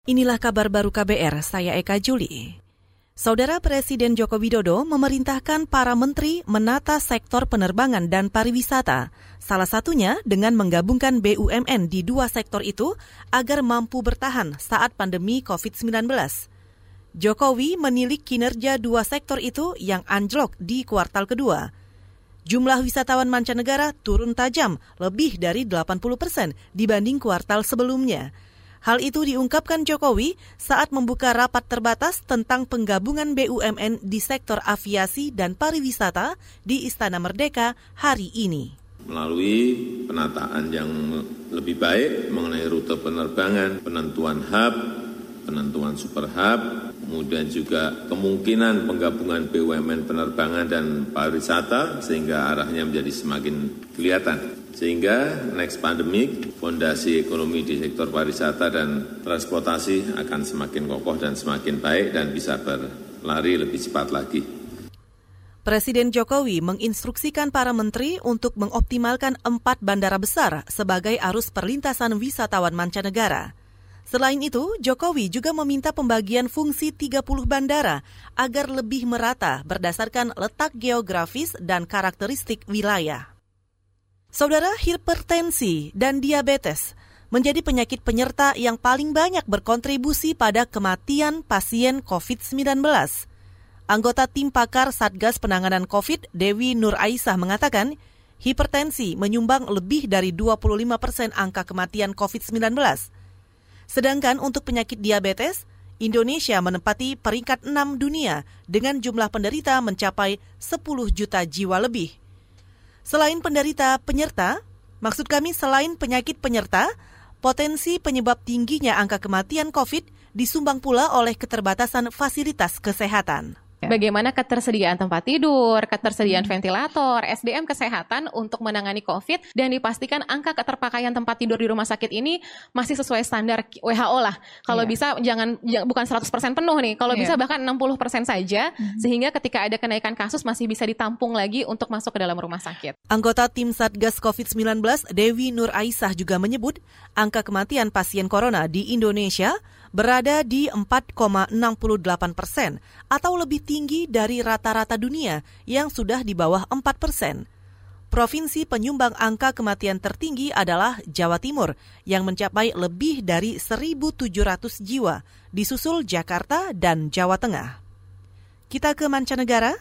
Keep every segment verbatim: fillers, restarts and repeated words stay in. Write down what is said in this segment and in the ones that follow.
Inilah kabar baru K B R, saya Eka Juli. Saudara Presiden Joko Widodo memerintahkan para menteri menata sektor penerbangan dan pariwisata. Salah satunya dengan menggabungkan B U M N di dua sektor itu agar mampu bertahan saat pandemi covid sembilan belas. Jokowi menilik kinerja dua sektor itu yang anjlok di kuartal kedua. Jumlah wisatawan mancanegara turun tajam lebih dari delapan puluh persen dibanding kuartal sebelumnya. Hal itu diungkapkan Jokowi saat membuka rapat terbatas tentang penggabungan B U M N di sektor aviasi dan pariwisata di Istana Merdeka hari ini. Melalui penataan yang lebih baik mengenai rute penerbangan, penentuan hub, penentuan super hub, kemudian juga kemungkinan penggabungan B U M N penerbangan dan pariwisata sehingga arahnya menjadi semakin kelihatan. Sehingga next pandemic, fondasi ekonomi di sektor pariwisata dan transportasi akan semakin kokoh dan semakin baik dan bisa berlari lebih cepat lagi. Presiden Jokowi menginstruksikan para menteri untuk mengoptimalkan empat bandara besar sebagai arus perlintasan wisatawan mancanegara. Selain itu, Jokowi juga meminta pembagian fungsi tiga puluh bandara agar lebih merata berdasarkan letak geografis dan karakteristik wilayah. Saudara, hipertensi dan diabetes menjadi penyakit penyerta yang paling banyak berkontribusi pada kematian pasien covid sembilan belas. Anggota tim pakar Satgas Penanganan COVID, Dewi Nur Aisyah mengatakan, hipertensi menyumbang lebih dari dua puluh lima persen angka kematian covid sembilan belas. Sedangkan untuk penyakit diabetes, Indonesia menempati peringkat enam dunia dengan jumlah penderita mencapai sepuluh juta jiwa lebih. Selain penderita penyerta, maksud kami selain penyakit penyerta, potensi penyebab tingginya angka kematian COVID disumbang pula oleh keterbatasan fasilitas kesehatan. Bagaimana ketersediaan tempat tidur, ketersediaan ventilator, S D M kesehatan untuk menangani COVID dan dipastikan angka keterpakaian tempat tidur di rumah sakit ini masih sesuai standar W H O lah. Kalau yeah. bisa jangan bukan seratus persen penuh nih, kalau yeah. bisa bahkan enam puluh persen saja mm-hmm. sehingga ketika ada kenaikan kasus masih bisa ditampung lagi untuk masuk ke dalam rumah sakit. Anggota tim Satgas covid sembilan belas Dewi Nur Aisyah juga menyebut angka kematian pasien corona di Indonesia berada di empat koma enam delapan persen atau lebih tinggi dari rata-rata dunia yang sudah di bawah empat persen. Provinsi penyumbang angka kematian tertinggi adalah Jawa Timur yang mencapai lebih dari seribu tujuh ratus jiwa, disusul Jakarta dan Jawa Tengah. Kita ke mancanegara.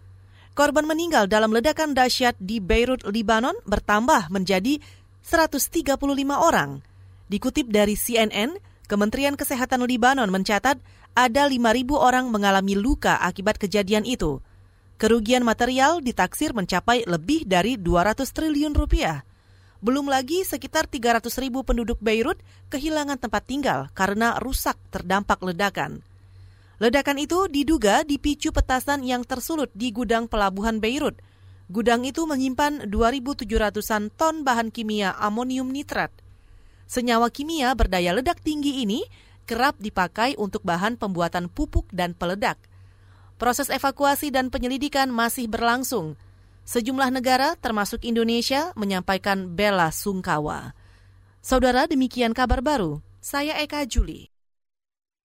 Korban meninggal dalam ledakan dahsyat di Beirut, Lebanon bertambah menjadi seratus tiga puluh lima orang. Dikutip dari C N N, Kementerian Kesehatan Lebanon mencatat ada lima ribu orang mengalami luka akibat kejadian itu. Kerugian material ditaksir mencapai lebih dari dua ratus triliun rupiah. Belum lagi sekitar tiga ratus ribu penduduk Beirut kehilangan tempat tinggal karena rusak terdampak ledakan. Ledakan itu diduga dipicu petasan yang tersulut di gudang pelabuhan Beirut. Gudang itu menyimpan dua ribu tujuh ratusan ton bahan kimia amonium nitrat. Senyawa kimia berdaya ledak tinggi ini kerap dipakai untuk bahan pembuatan pupuk dan peledak. Proses evakuasi dan penyelidikan masih berlangsung. Sejumlah negara termasuk Indonesia menyampaikan bela sungkawa. Saudara, demikian kabar baru. Saya Eka Juli.